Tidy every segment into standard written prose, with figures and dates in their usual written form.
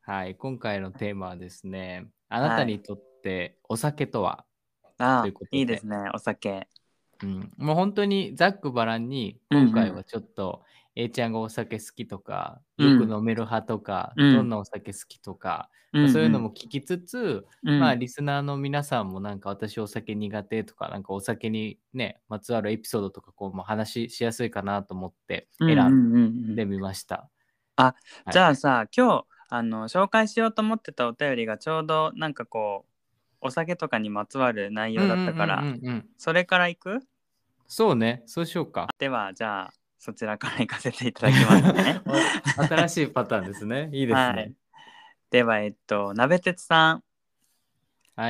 はい、今回のテーマはですね、あなたはい。 にとってお酒とはというああ、 ことで、 いいですね、お酒。 もう本当にざっくばらんに、 うんうん。 今回はちょっと A ちゃんがお酒好きとか、よくうん。 飲める派とか、 うん。 どんなお酒好きとか、 うんそういうのうん。 も聞きつつ、 うん。 リスナーの皆さんもなんか私お酒苦手とか、なんかお酒にね、まつわるエピソードとか話しやすいかなと思ってうんうん選んうんうん。 でみました。 あ、 はい。 じゃあさ、今日紹介しようと思ってたお便りがちょうどお酒とかにまつわる内容だったうんうんうんから、 うんうん。 それから行く？ そうね、そうしようか。 では、じゃあそちらから行かせていただきますね。 新しいパターンですね。いいですね。 はい。では、鍋鉄さん、 はい、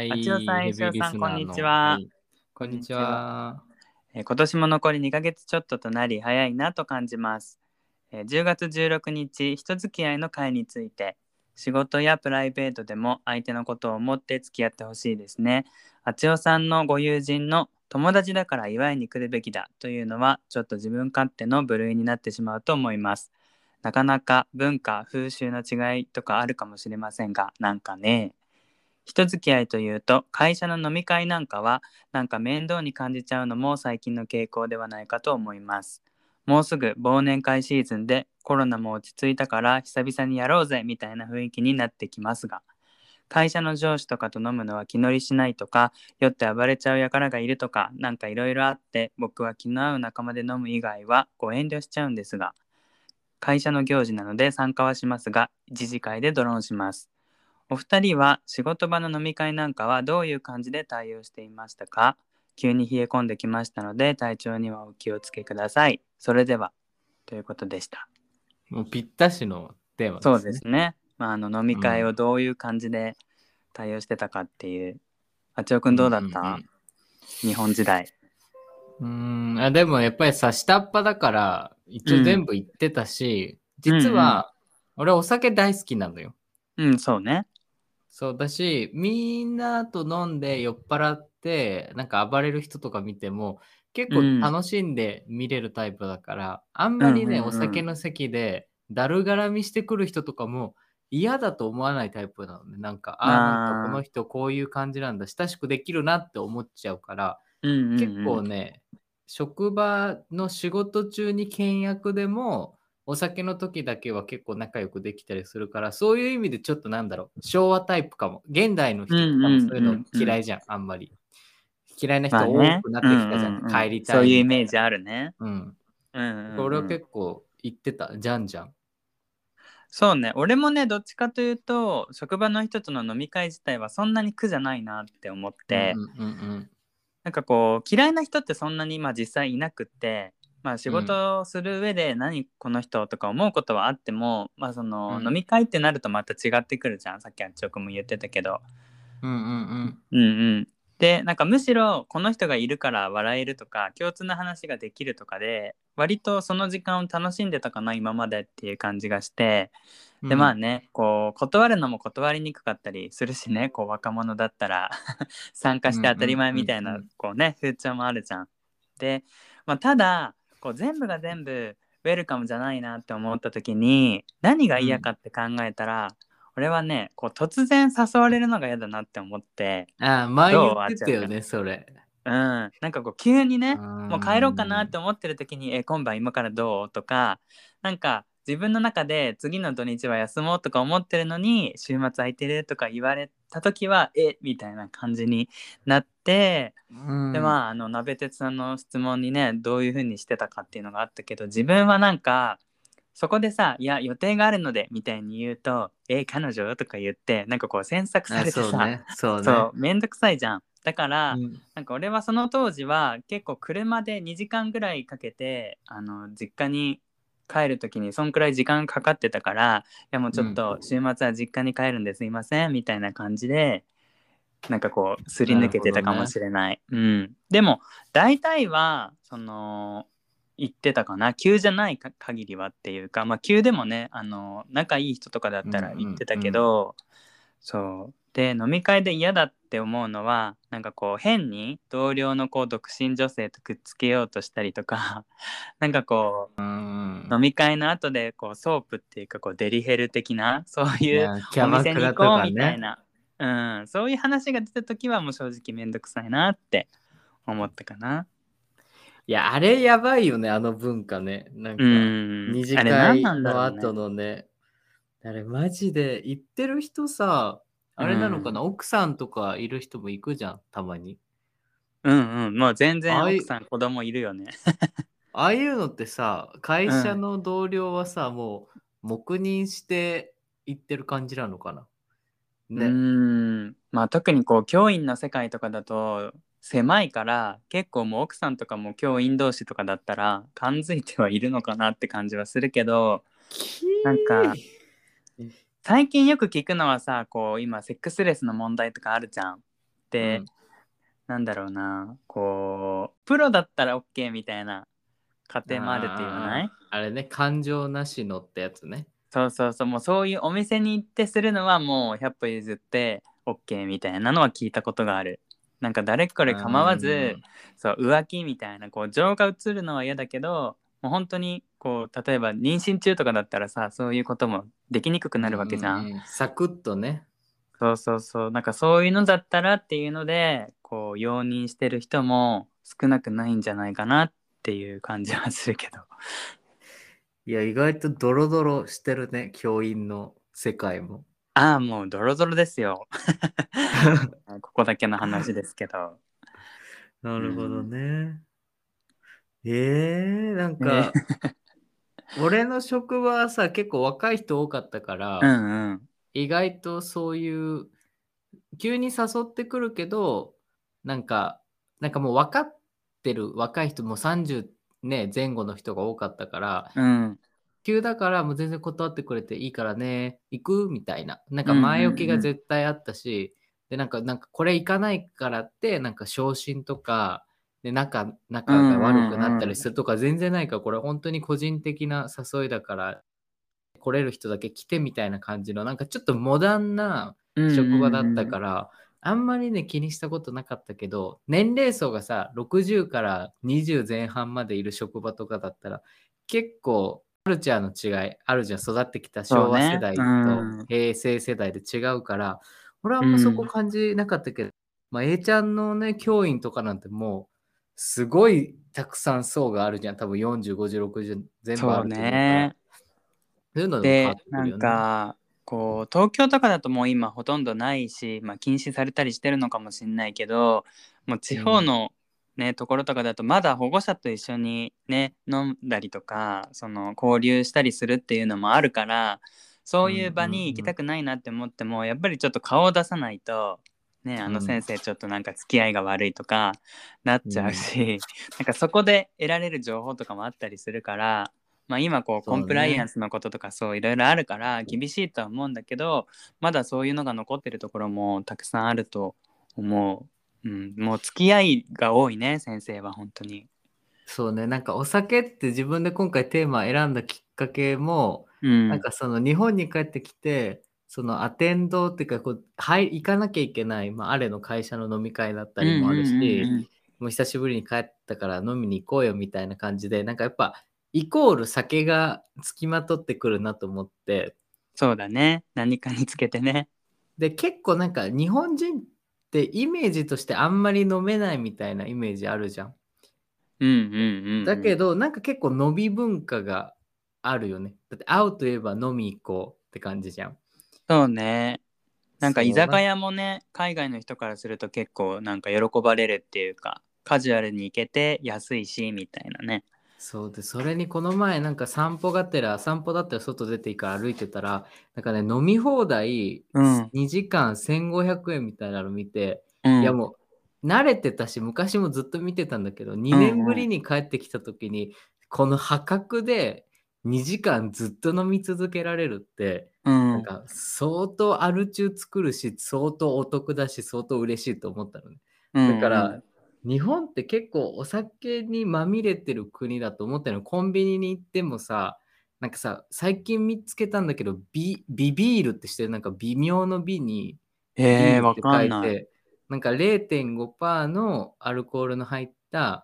あちおさん、 ヘビーリいしおさん、こんにちスナーの、はは。 い、ここんんにちにちは。 は。 今年も残り2ヶ月ちょっととなり早いなと感じます。10月16日、人付き合いの会について、仕事やプライベートでも相手のことを思って付き合ってほしいですね。あちおさんのご友人の友達だから祝いに来るべきだというのはちょっと自分勝手の部類になってしまうと思います。なかなか文化、風習の違いとかあるかもしれませんが、なんかね、人付き合いというと会社の飲み会なんかはなんか面倒に感じちゃうのも最近の傾向ではないかと思います。もうすぐ忘年会シーズンでコロナも落ち着いたから久々にやろうぜみたいな雰囲気になってきますが、会社の上司とかと飲むのは気乗りしないとか、酔って暴れちゃう輩がいるとか、なんかいろいろあって、僕は気の合う仲間で飲む以外はご遠慮しちゃうんですが、会社の行事なので参加はしますが、一次会でドローンします。お二人は仕事場の飲み会なんかはどういう感じで対応していましたか？急に冷え込んできましたので体調にはお気をつけください。それでは、ということでした。 もうぴったしのテーマでそうすね。 ですね。飲み会をうん。 どういう感じで対応してたかっていう。あちおくんどううんうんだった？ うん。 日本時代。 でもやっぱりさ、下っ端だから、一応うん。 全部言ってたし、 うんうん。 実は、俺お酒大好きなのよ。 うん、そうね。 そうだし、みんなと飲んで酔っ払って、なんか暴れる人とか見ても、結構うん。 楽しんで見れるタイプだから、あんうんうまりね、おんうん。 酒の席でだるがらみしてくる人とかも嫌だと思わないタイプなのね。なんか、なんかこのああ。 人こういう感じなんだ、親しくできるなって思っちゃうから、 うんうん結うん。 構ね、職場の仕事中に倹約でも、お酒の時だけは結構仲良くできたりするから、そういう意味でちょっとなんだろう、昭和タイプかも。現代のうん人って多分そういうのうんうんうん。 嫌いじゃん、あんまり。嫌いな人まあね。 多くなっうんてきたじゃん。 うんうん。 帰りたそういうイいみたいな。 メージあるね。 うん。 うんうん俺はうん。 結構言ってた、じゃんじゃん。 そうね、俺もね、どっちかというと、職場の人との飲み会自体はそんなに苦じゃないなって思っうんうんて、 うんなんかこう、嫌いな人ってそんなに実際いなくって、仕うん。うん。 事をする上で何この人とか思うことはあっても、飲うん。 み会ってなるとまた違ってくるじゃん。さっきあっちょくも言ってたけど。 うんうんうん。 うんうん。で、なんかむしろこの人がいるから笑えるとか、共通の話ができるとかで、割とその時間を楽しんでたかな、今までっていう感じがして、でまあうん。 ね、こう断るのも断りにくかったりするしね、こう若者だったら参加うんうんして当たり前うんみたいなうん。 こうね風潮もあるじゃん。で、ただこう全部が全部ウェルカムじゃないなって思った時に何が嫌かって考えたら、俺はねこう突然誘われるのが嫌だなって思って。 前言っどうあっちゃうか？ てたよね、それ。 うん、なんかこう急にうーね、もう帰ろうかなっん。 て思ってる時に今晩今からどうとか、なんか自分の中で次の土日は休もうとか思ってるのに週末空いてるとか言われた時はみたいな感じになって、 うでん。 鍋鉄さんの質問にねどういう風にしてたかっていうのがあったけど、自分はなんかそこでさ、いや予定があるのでみたいに言うと彼女とか言ってなんかこう詮索されてさ、 そうね、そうね。 そうめんどくさいじゃん。だからうん。 なんか俺はその当時は結構車で2時間ぐらいかけて実家に帰る時にそんくらい時間かかってたから、いやもうちょっうん。 と週末は実家に帰るんですいませんみたいな感じでなんかこうすりなる抜けてたかもほどね。 しれない。うん。でも大体は言ってたかな。急じゃない限りはっていうか、急でもね仲いい人とかだっうんうたら言ってたんうん。 けど、そうで飲み会で嫌だって思うのはなんかこう変に同僚のこう独身女性とくっつけようとしたりとかなんかこうーう飲ん。 み会の後でこうソープっていうかこうデリヘル的なそういうキャお店にバクラと行こうみたいかね。 な、そういう話が出た時はもう正直めんどくさいなって思ったかな。 いや、あれやばいよね、あの文化ね。なんか、二次あれ何な会んだろうね。 の後のね、あれマジで行ってる人さ、 うあれなのかんな、奥さんとかいる人も行くじゃん、たまに。 もう全然奥ああいう、 さん子供いるよね。 ああいうのってさ、会社うんの同僚はさ、もう黙認して行ってる感じなのかな。ね。 まあ特にこう教員の世界とかだと狭いから結構もう奥さんとかも教員同士とかだったら感づいてはいるのかなって感じはするけど、 きなんかー。 最近よく聞くのはさ、こう今セックスレスの問題とかあるじゃん。で、 うん。 なんだろうな、こうプロだったら OK みたいな家庭もあるって言わない？ あれね、感情なしのってやつね。 そうそうそう、もうそういうお店に行ってするのはもう100歩譲って OK みたいなのは聞いたことがある。なんか誰こうれ構わず、 ーん。 そう浮気みたいなこう情が映るのは嫌だけど、もう本当にこう例えば妊娠中とかだったらさ、そういうこともできにくくなるわけじゃん。 サクッとね。 そうそうそう、なんかそういうのだったらっていうので、こう容認してる人も少なくないんじゃないかなっていう感じはするけど。 いや、意外とドロドロしてるね、教員の世界も。 ああ、もうドロドロですよ。ここだけの話ですけど。 なるほどうん。 ね。なんか、 ー、 俺の職場はさ、結構若い人多かったかうら、 んうん。 意外とそういう、急に誘ってくるけど、なんか、なんかもう分かってる若い人も30ね、前後の人が多かったから、 うん。 急だからもう全然断ってくれていいからね、行くみたいな。なんかうんうん前置きがうん。 絶対あったし、で、なんかこれ行かないからって、なんか昇進とか、で、仲がうんう悪くなったんうん。 りするとか全然ないから、これ本当に個人的な誘いだから、来れる人だけ来てみたいな感じの、なんかちょっとモダンなうん職場だったうんうん。 から、あんまりね、気にしたことなかったけど、年齢層がさ、60から20前半までいる職場とかだったら、結構カルチャーの違いあるじゃん。育ってきた昭和世そうね。う代とん。 平成世代で違うから、俺はあんまそこうん。 感じなかったけど、まあ、A ちゃんのね、教員とかなんてもう、すごいたくさん層があるじゃん。多分40、50、60全部あそうると思うから、 ね。 そういうのでも変わで、 ってくなんるよね。 か、こう、東京とかだともう今ほとんどないし、まあ禁止されたりしてるのかもしれないけど、もう地方うん。 のね、ところとかだとまだ保護者と一緒にね、飲んだりとか、その交流したりするっていうのもあるから、そういう場うんうんうん。 に行きたくないなって思っても、やっぱりちょっと顔を出さないと、ね、あうん。 の先生ちょっとなんか付き合いが悪いとかなっちゃううん。 し、なんかそこで得られる情報とかもあったりするから、まあ、今こうコンプライアンそうね。 スのこととかそういろいろあるから厳しいとは思うんだけど、まだそういうのが残ってるところもたくさんあると思う。もう付き合いが多いね、先生は本当に。 そうね。なんかお酒って自分で今回テーマ選んだきっかけも、なんうんかその日本に帰ってきて、そのアテンドっていうか、行かなきゃいけない、まあ、あれの会社の飲み会だったうんうんりもあるし、 うんうん。 もう久しぶりに帰ったから飲みに行こうよみたいな感じで、なんかやっぱイコール酒が付きまとってくるなと思って、 そうだね。何かにつけてね。 で、結構なんか日本人ってイメージとしてあんまり飲めないみたいなイメージあるじゃん。 うんうんうんうん。 だけど、なんか結構飲み文化があるよね。だって会うといえば飲み行こうって感じじゃん。 そうね。なんか居そう、 酒屋もね、海外の人からすると結構なんか喜ばれるっていうか、カジュアルに行けて安いしみたいなね。 そうで、それにこの前なんか散歩だったら外出ていいから歩いてたら、なんかね、飲み放題うん 2時間1500円みたいなの見て、いやうんもう慣れてたし、昔もずっと見てたんだけど、 う 2年ぶんうんりに帰ってきた時に、この破格で2時間ずっと飲み続けられるって、 うんなんか相当アル中作るし、相当お得だし、相当嬉しいと思ったのね。 うだからんうん。 日本って結構お酒にまみれてる国だと思ったの。コンビニに行ってもさ、なんかさ、最近見つけたんだけど、ビールってしてるなんか微妙の美に、 わビールってかんない。 書いて、なんか0.5%のアルコールの入った、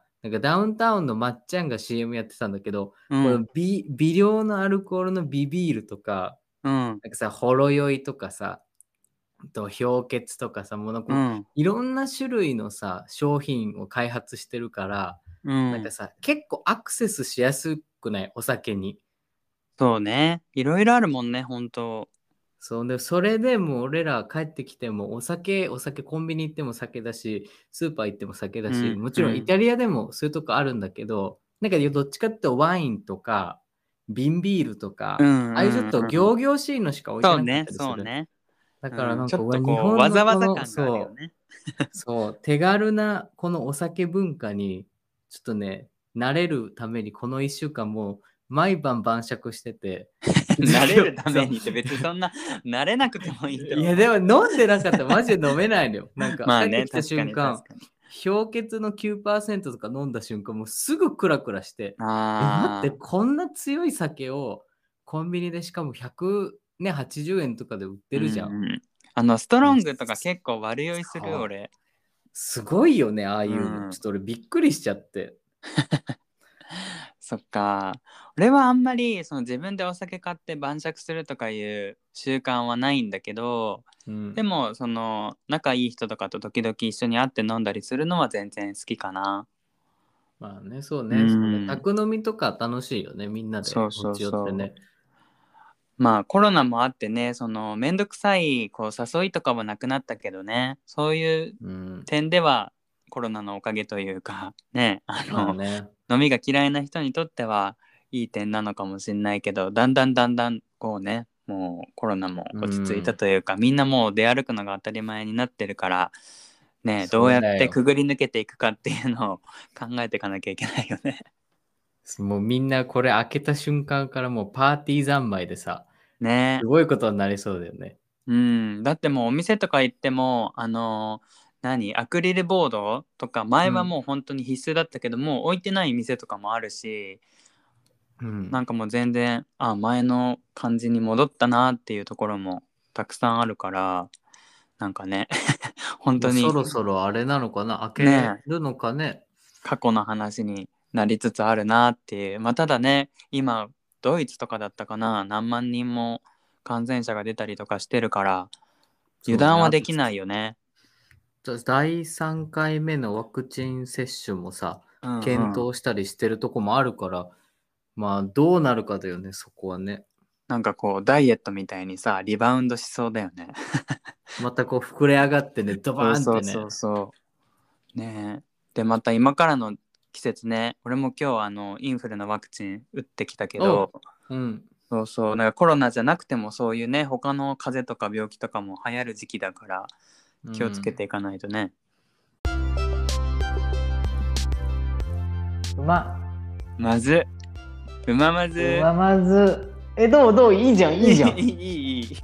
なんかダウンタウンのまっちゃんが CM やってたんだけど、このうん。 微量のアルコールのビールとか、 うん。 なんかさ、ほろ酔いとかさ、氷結とかさ、もうなんかうん。 いろんな種類のさ、商品を開発してるから、 うん。 なんかさ、結構アクセスしやすくないお酒に。 そうね。いろいろあるもんね、本当。 そうで、それでもう俺ら帰ってきてもお酒コンビニ行っても酒だし、スーパー行っても酒だし、 うん。 もちうん。 ろんイタリアでもそういうとこあるんだけど、なんかどっちかっていうとワインとか、瓶ビールとか、 うん。 ああいうちょっとうん。うん。 仰々しいのしか置いてなかっそうね。 たりする。 そうね。 だからうん。ちょっなんか、日とこう、わ本のざわこの、 ざ感があるよね。 手軽なこのお酒文化に、ちょっとね、慣れるためにこの1週間もう毎晩晩酌してて、 慣れるたそう。 めにって別にそんな慣れなくてもいいといや、 思うけど。 でも飲んでなかったらマジで飲めないのよ。なんかまあね、 帰ってきた確か瞬間、 に確かに。 氷結の9%とか飲んだ瞬間、もうすぐクラクラして、待って、 ああ、 こんな強い酒をコンビニでしかも180円とかで売ってうんるじゃん。 うん。ストロもうングとか結構悪酔いするそう俺。 すごいよね、ああういうの。ちょっん。 と俺びっくりしちゃって。 そっか。俺はあんまりその自分でお酒買って晩酌するとかいう習慣はないんだけど、 うん。 でもその仲いい人とかと時々一緒に会って飲んだりするのは全然好きかな。 まあね、そううね、そうね。 ん。 宅飲みとか楽しいよね、みんなそうで持そうそち寄ってね。 う。まあコロナもあってね、そのめんどくさいこう誘いとかはなくなったけどね、そういううん。 点ではコロナのおかげというかね、 まあね。 飲みが嫌いな人にとってはいい点なのかもしれないけど、だんだんこうね、もうコロナもう落ち着いたん。 というか、みんなもう出歩くのが当たり前になってるからね、どうやってそうだよ。 くぐり抜けていくかっていうのを考えていかなきゃいけないよね。 もうみんなこれ開けた瞬間からもうパーティー三昧でさ、 ね。 すごいことになりそうだよね。 うん、だってもうお店とか行ってもアクリルボードとか前はうん。 もう本当に必須だったけどもう置いてない店とかもあるし、 うん。 なんかもう全然前の感じに戻ったなっていうところもたくさんあるから、なんかね本もう当にそろそろあれなのかな、開けね、 るのかね。 過去の話になりつつあるなっていう。まあただね、今ドイツとかだったかな、何万人も感染者が出たりとかしてるから油そうだね。あと断はできないよね。 第3回目のワクチン接種もさ、 うん検うん。 討したりしてるとこもあるから、まあどうなるかだよね、そこはね。 なんかこうダイエットみたいにさリバウンドしそうだよね。 またこう膨れ上がってね、ドそうバーンってね。 そうそうそうね。えでまた今からの季節ね、俺も今日インフルのワクチン打ってきたけど、 おう、うん、 そうそう、なんかコロナじゃなくてもそういうね他の風邪とか病気とかも流行る時期だから気をつけうん。 ていかないとね。 うま、 まずまずまず。どういいじゃん、いいじゃん。 いいいい。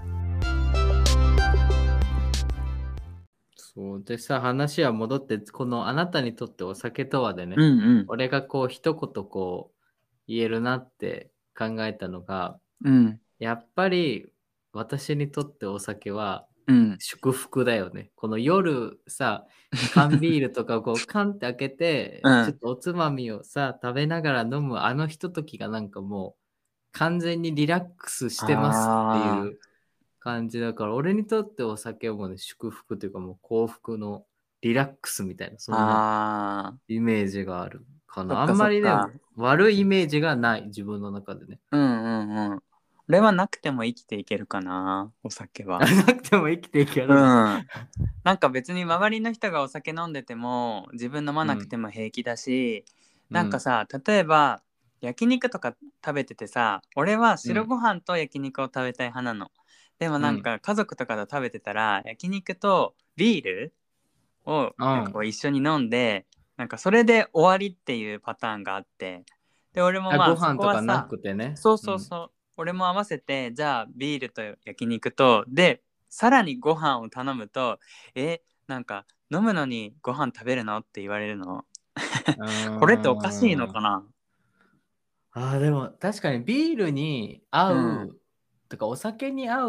そうでさ、話は戻って、このあなたにとってお酒とはでね、 うんうん俺がこう一言こう言えるなって考えたのが、 うんやっぱり私にとってお酒はうん祝福だよね。この夜さ、缶ビールとかをこうカンって開けて、ちょっうん。 とおつまみをさ、食べながら飲むあのひとときがなんかもう完全にリラックスしてますっていあう感じだから、俺にとってお酒はもうね、祝福というかもう幸福のリラックスみたいな、そんなああ、 イメージがあるかな。あそっかんまりね、 そっか。 悪いイメージがない、自分の中でね。 うんうんうん。俺はなくても生きていけるかな、お酒は。 なくても生きていけうるの。 ん。なんか別に周りの人がお酒飲んでても自分飲まうん、 なくても平気だし、 うん、 なんかさ、例えば焼肉とか食べててさ、俺はうん、 白ご飯と焼肉を食べたい派なの。でもなんうん、 か家族とかと食べてたら焼肉とビールをなんかこうん。 う一緒に飲んで、なんかそれで終わりっていうパターンがあって、で俺もあ、 まあそご飯とかなこはさ、 くてね。 そううん。 そうそう、俺も合わせてじゃあビールと焼肉とでさらにご飯を頼むと、なんか飲むのにご飯食べるのって言われるの。 うーこれっておかしいのかん。 な。 ああ、でも確かにビールに合うんうとか、お酒に合うっ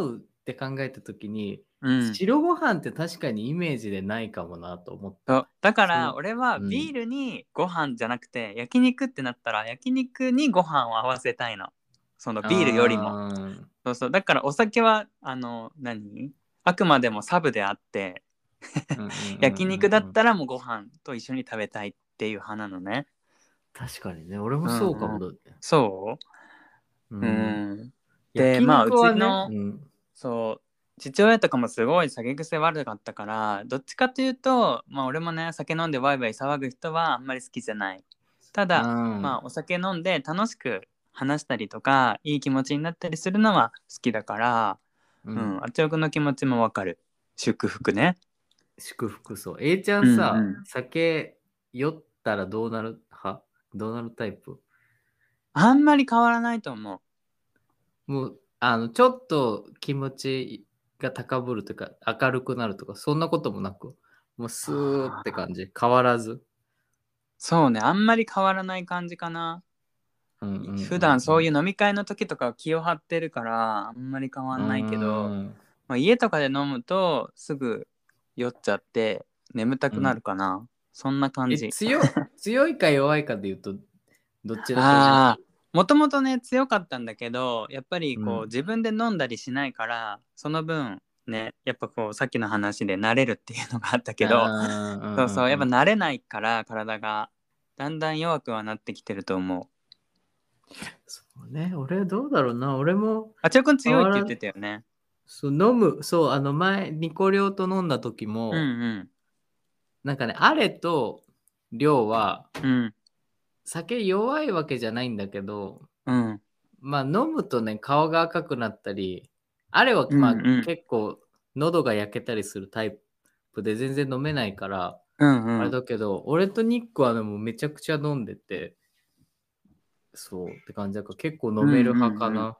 って考えた時に、 うん。 白ご飯って確かにイメージでないかもなと思った。 そうだかそのら俺はうんビールにご飯じゃなくて、焼肉ってなったら焼肉にご飯を合わせたいの。そのビールよりも。 あそうそう。だからお酒はあくまでもサブであって、 ーうんうんうんうんうん焼肉だったらもうご飯と一緒に食べたいっていう派なのね。 確かにね、俺もうんそうかもうん。 だって。 そううん。 ん。で、 焼まあう肉はね、 ちのうん。 そう父親とかもすごい酒癖悪かったから、どっちかというと、まあ俺もね、酒飲んでワイワイ騒ぐ人はあんまり好きじゃない。たうだ、まあん。 お酒飲んで楽しく話したりとか、いい気持ちになったりするのは好きだから、 うん。 あっちおくんの気持ちもわかる。祝福ね。 祝福そう。A ちゃんうんさ、 うん。 酒酔ったらどうなる派？どうなるタイプ？ あんまり変わらないと思もう、ちょっと気持ちが高ぶるというか、明るくなるとか、そんなこともなく、もうスーってう。 感じ。変わらず。 そうね、あんまり変わらない感じかな。 うんうん普段そううんいう飲み会の時とかは気を張ってるからあんまり変わうん。 んないけど、 うーん。 まあ、家とかで飲むとすぐ酔っちゃって眠たくなるかな。そんな感じ。 強いか弱いかで言うと、どっちだと思う？ ああ、もともとね強かったんだけど、やっぱりこううん。 自分で飲んだりしないから、その分ね、やっぱこうさっきの話で慣れるっていうのがあったけど、 ああ、 そうそう、やっぱうんうんうん。 慣れないから体がだんだん弱くはなってきてると思う。 そうね、俺どうだろうな。俺もあちおくん変わら強いって言ってたよね。 そう、飲む、そう、前、ニコリョウと飲んだ時うんも、 うんなんかね、アレとリョウは、 うん酒弱いわけじゃないんだけど、 うんまあ飲むとね、顔が赤くなったり、アレはうんまあうん結構喉が焼けたりするタイプで全然飲めないから、あれうんうん。 だけど、俺とニックはでもめちゃくちゃ飲んでて、そうって感じだから結構うん飲める派うんうん。 かな。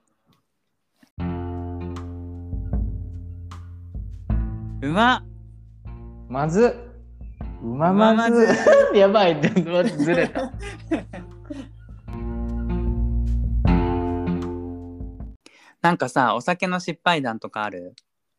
うまっ。 まず、うまうままずやばい、ずれた。 なんかさ、お酒の失敗談とかある？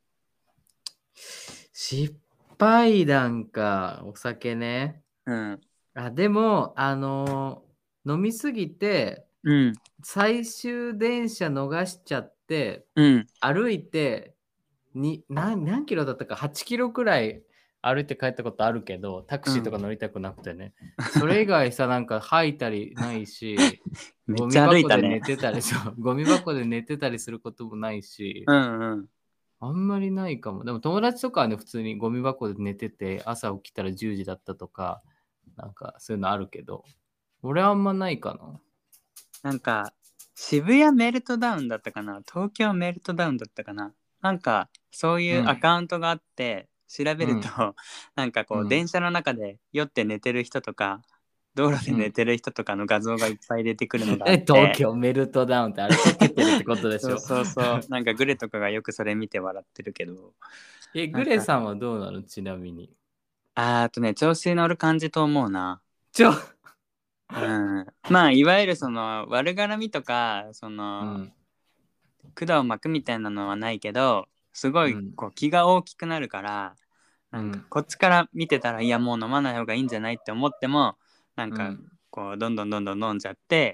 失敗談か、お酒ね。 うんでも、飲みすぎて、 うん最終電車逃しちゃって、 うん歩いて、何キロだったか、8キロくらい歩いて帰ったことあるけど、タクうん。 シーとか乗りたくなくてね。それ以外さ、なんか吐いたりないし、ゴミめっちゃ歩い箱でたね。 寝てたり、そう、ゴミ箱で寝てたりすることもないし、 うんうん。 あんまりないかも。でも友達とかはね、普通にゴミ箱で寝てて、朝起きたら10時だったとか、なんかそういうのあるけど、俺はあんまないかな。 なんか渋谷メルトダウンだったかな、東京メルトダウンだったかな、なんかそういうアうん、 カウントがあって調べると、 うん、 なんかこうん、 う電車の中で酔って寝てる人とか道路で寝うん。 てる人とかの画像がいっぱい出てくるのがあっ東て、 京メルトダウンってあれ溶けてるってことでしょ？ そうそうそう、なんかグレとかがよくそれ見て笑ってるけど、 グなんかレさんはどうなのちなみに。 調子に乗る感じと思うな。 ちょ、 まあいわゆるその悪絡みとかうん、 管を巻くみたいなのはないけど、すごうん、 いこう気が大きくなるから、なんかうん、 こっちから見てたら、いやもう飲まない方がいいんじゃないって思っても、なんかうん、 こうどんどんどんどん飲んじゃって、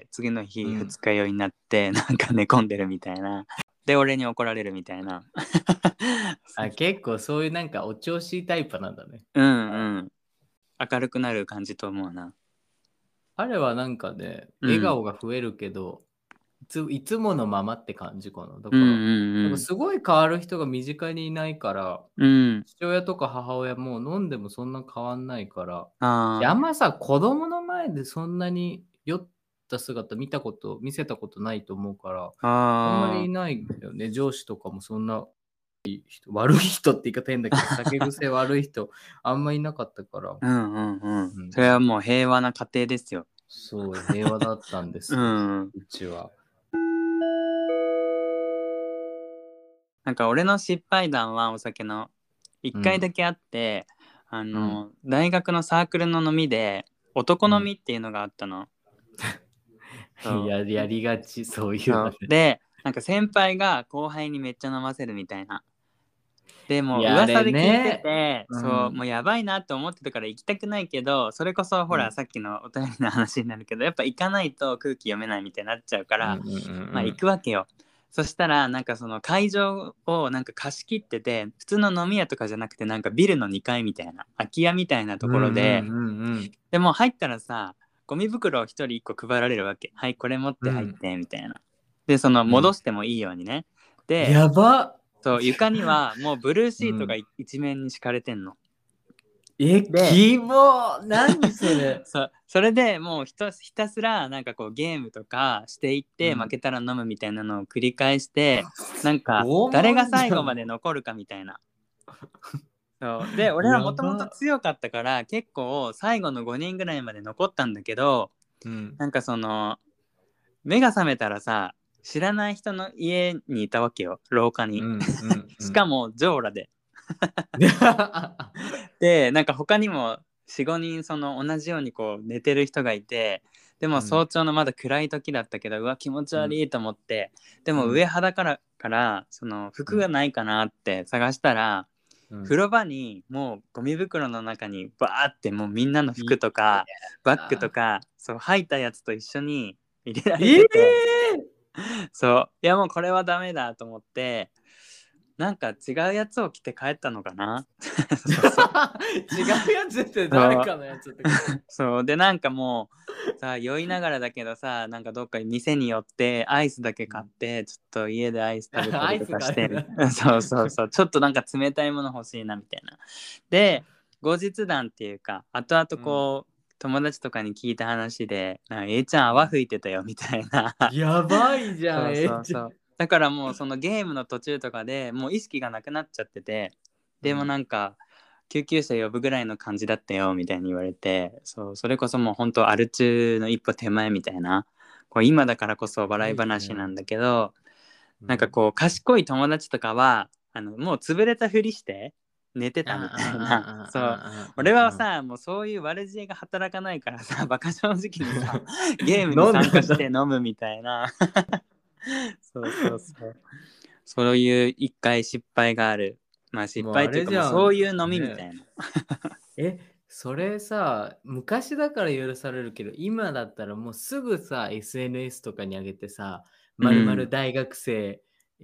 次の日二うん。 日酔いになってなんか寝込んでるみたいな、で俺に怒られるみたいな。 結構そういうなんかお調子タイプなんだね。 うんうん。明るくなる感じと思うな。 あれはなんかね、笑うん顔が増えるけど、いつものままって感じかな。だうんから、なんうんかすごい変わる人が身近にいないから、 うん。 父親とか母親も飲んでもそんな変わんないから、 ああんまさ、子供の前でそんなに酔った姿見せたことないと思うから、 ああんまりあいないんだよね。上司とかもそんな悪い人って言い方変だけど、酒癖悪い人あんまいなかったから、 うんうんうん。 うん、 それはもう平和な家庭ですよ。 そう、平和だったんでうすよ、 ん。 うちは。 なんか俺の失敗談はお酒の一うん、 回だけあって、 うん、 大学のサークルの飲みで男うん。 飲みっていうのがあったの。そやりがち、そういうのね。 そうで、 なんか先輩が後輩にめっちゃ飲ませるみたいな。でもいや、あれ噂で聞いてね。 て、そう、 うん。 もうやばいなって思ってたから行きたくないけど、それこそほら、 うん。 さっきのお便りの話になるけど、やっぱ行かないと空気読めないみたいになっちゃうから、 うんうんうんまあ行うん。 くわけよ。そしたらなんかその会場をなんか貸し切ってて、普通の飲み屋とかじゃなくてなんかビルの2階みたいな空き家みたいなとうんうんころで、 うんでも入ったらさ、ゴミ袋を一人一個配られるわけ。はい、これ持って入っうん。 てみたいな。でそのうん。 戻してもいいようにね。で、 やば。 そう床にはもうブルーシートがうん。 一面に敷かれてんの。 え、 で、 キモ。何それ。 それでもうひたすらなんかこうゲームとかしていって負うん。 けたら飲むみたいなのを繰り返して、なんか拷誰が問じ最後までゃん。 残るかみたいな。そうで俺らもともとやば。 強かったから結構最後の5人ぐらいまで残ったんだけど、 うん。 なんかその目が覚めたらさ、知らない人の家にいたわけよ、廊下に。 うんうんうん。 しかもジョーラで。でなんか他にも45人その同じようにこう寝てる人がいて、でも早うん朝のまだ暗い時だったけど、うわ気持ちうん悪いと思って、でも上うん裸からその服がうんないかなって探したら、 うん風呂場にもうゴミ袋の中にバーってもうみんなのい服とかバッグとやかそう吐いたやつと一緒に入れられえてて、 え。 そういやもうこれはダメだと思って、なんか違うやつを着て帰ったのかな。そうそう違うやつって誰そうかのやつってこと？ そうでなんかもうさ酔いながらだけどさ、なんかどっか店に寄ってアイスだけ買ってちょっと家でアイス食べたりとアイスかしてみ買うな。 たいな。そうそうそう、ちょっとなんか冷たいもの欲しいなみたいな。で後日談っていうか後々 うん。 こう友達とかに聞いた話で、なんか A ちゃん泡吹いてたよみたいな。 やばいじゃん、 そうえじゃ。 そうそう。だからもうそのゲームの途中とかでもう意識がなくなっちゃってて、でもうん。 なんか救急車呼ぶぐらいの感じだったよみたいに言われて、そうそれこそもう本当アル中の一歩手前みたいな、こう今だからこそ笑いすごいね。 話なんだけど、なんかうん。 こう賢い友達とかはもう潰れたふりして寝てあたみたいな。そう、 ああああ俺はああああ。 さもうそういう悪知恵が働かないからさ、バカ正直にさゲームに飲ん参加してだんだ。 飲むみたいな。そうそうそう。そういう一回失敗がある。まあ失もうあ敗っていうかもうれじゃん。 そういう飲みみたね。 いな。 え、それさ、昔だから許されるけど、今だったらもうすぐさ、SNS とかに上げてさ、まるまるうん。 大学生、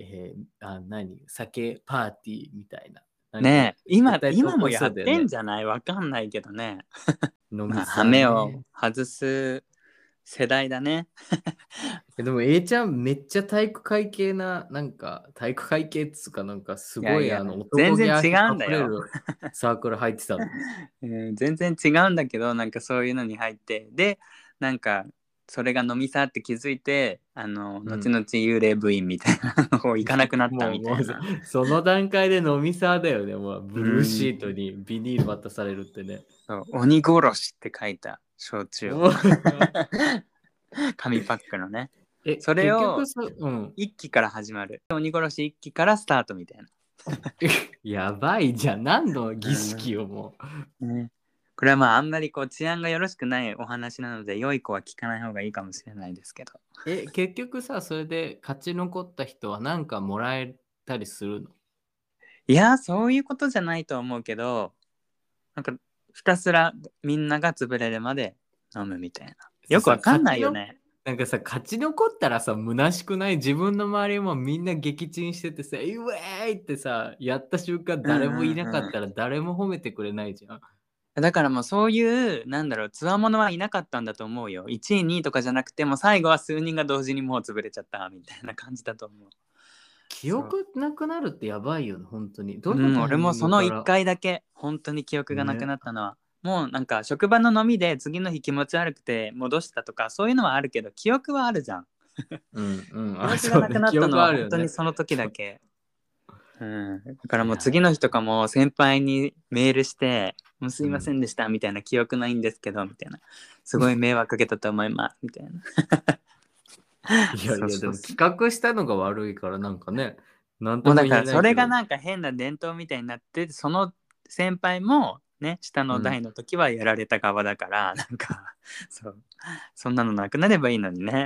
酒パーティーみたいな。なんか、 ねえ、 絶対投稿し今もやっそうだよね。 てんじゃない、わかんないけどね。 飲みまあ、羽目をさね。 外す世代だね。 でも A ちゃんめっちゃ体育会系な、なんか体育会系っつうかなんかすいやいや、 ごい男気全然違あふうんだよ。 れるサークル入ってたの？ 全然違うんだけど、なんかそういうのに入って、で、なんか、それが飲みさって気づいて、後うん。 々幽霊部員みたいなのを行かなくなったみたもうそ、 いな。 その段階で飲みサーだよね。もううブルーシートん。 にビニール渡されるってね。 そう、鬼殺しって書いた焼酎を。 おー。 紙パックのね。 え、 それ結局をうん。 一期から始まる。鬼殺し一期からスタートみたいな。 やばいじゃん。何の儀うん式をもね、これはまああんまりこう治安がよろしくないお話なので良い子は聞かない方がいいかもしれないですけど。 う。結局さ、それで勝ち残った人はなんかもらえたりするの？ いやそういうことじゃないと思うけど、なんかひたすらみんなが潰れるまで飲むみたいな。よくわかんないよね。 なんかさ、勝ち残ったらさ、虚しくない？自分の周りもみんな撃沈しててさ、イエーイってさ、やった瞬間うん誰もいなかっうんたら誰も褒めてくれないじゃん。 だからもうそういうなんだろう、つわものはいなかったんだと思うよ。1位2位とかじゃなくても最後は数人が同時にもう潰れちゃったみたいな感じだと思う。 記そう、 憶なくなるってやばいよね、本当に。どうん、 のタイミ俺もその1 ングから。 回だけ本当に記憶がなくね。 なったのは、もうなんか職場の飲みで次の日気持ち悪くて戻したとかそういうのはあるけど記憶はあるじゃん。 うんうん。あ、 記憶がそうね。 なくなったの記憶は本当にあるよね。 その時だけ。うん、だからもういや次の日とかも先輩にメールして「もうすー、うん。 いませんでした」みたいな、記憶ないんですけどみたいな、すごい迷惑かけたと思いますみたいな。 いやいや、でそうそうそう。 も企画したのが悪いからなんかね、なんとも言もうだからえないけど。 それがなんか変な伝統みたいになって、その先輩もね下のうん。 代の時はやられた側だから、なんかそう、そんなのなくなればいいのにね。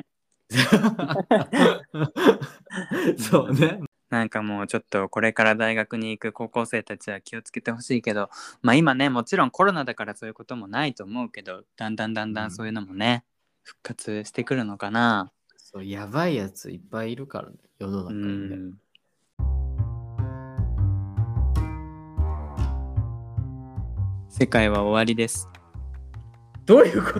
そうね。 なんかもうちょっとこれから大学に行く高校生たちは気をつけてほしいけど、まあ今ね、もちろんコロナだからそういうこともないと思うけど、だんだんそういうのもね、復活してくるのかな。 そう、やばいやついっぱいいるからね、世のう中にね。 ん。世界は終わりです。 どういうこと？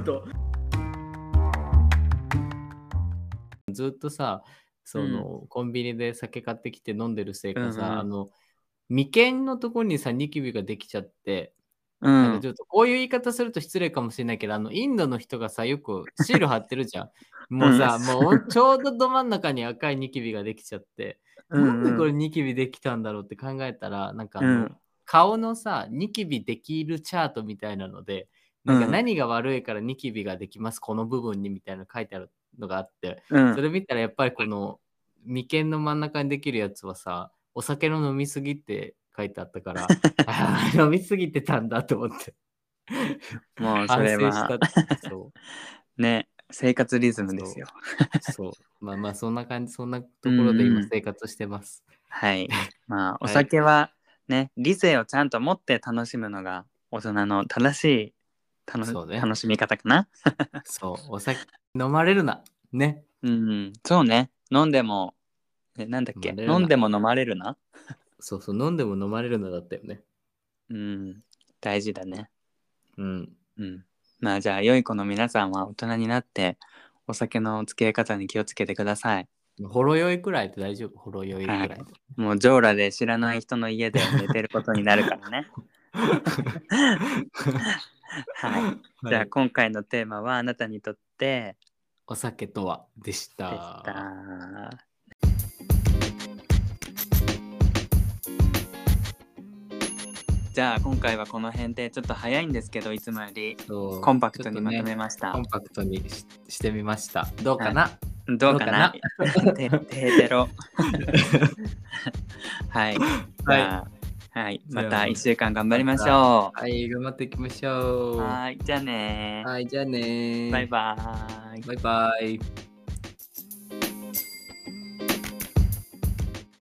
ずっとさ、コンビニで酒買ってきて飲んでるせいかさ、眉間のところにさ、ニキビができちゃって、なんかちょっとこういう言い方すると失礼かもしれないけど、インドの人がさ、よくシール貼ってるじゃん。もうさ、もうちょうどど真ん中に赤いニキビができちゃって、なんでこれニキビできたんだろうって考えたら、なんか顔のさ、ニキビできるチャートみたいなので、なんか何が悪いからニキビができます、この部分にみたいなの書いてあるのがあって、それ見たらやっぱりこの眉間の真ん中にできるやつはさ、お酒の飲みすぎって書いてあったから、飲みすぎてたんだと思って。 もうそれはそうね、生活リズムですよ。 そう。まあまあそんな感じ、そんなところで今生活してます。 はい。まあお酒はね、理性をちゃんと持って楽しむのが大人の正しい楽しみ方かな。 そう、お酒飲まれるな。ね。 そうね。飲んでも、なんだっけ、飲んでも飲まれるな。 そうそう、飲んでも飲まれるなだったよね。 大事だね。まあじゃあ良い子の皆さんは大人になってお酒の付き合い方に気をつけてください。 ほろ酔いくらいで大丈夫。ほろ酔いくらいで。 もうジョーラで知らない人の家で寝てることになるからね。はい。じゃあ今回のテーマはあなたにとってお酒とはでした。 じゃあ今回はこの辺でちょっと早いんですけどいつもよりコンパクトにまとめました。 コンパクトにしてみました。どうかな？ どうかな？てへろ。はい。はい。また1週間頑張りましょう。 はい、頑張っていきましょう。 はい。じゃあね。 はい、じゃあね。 バイバーイ。 バイバイ。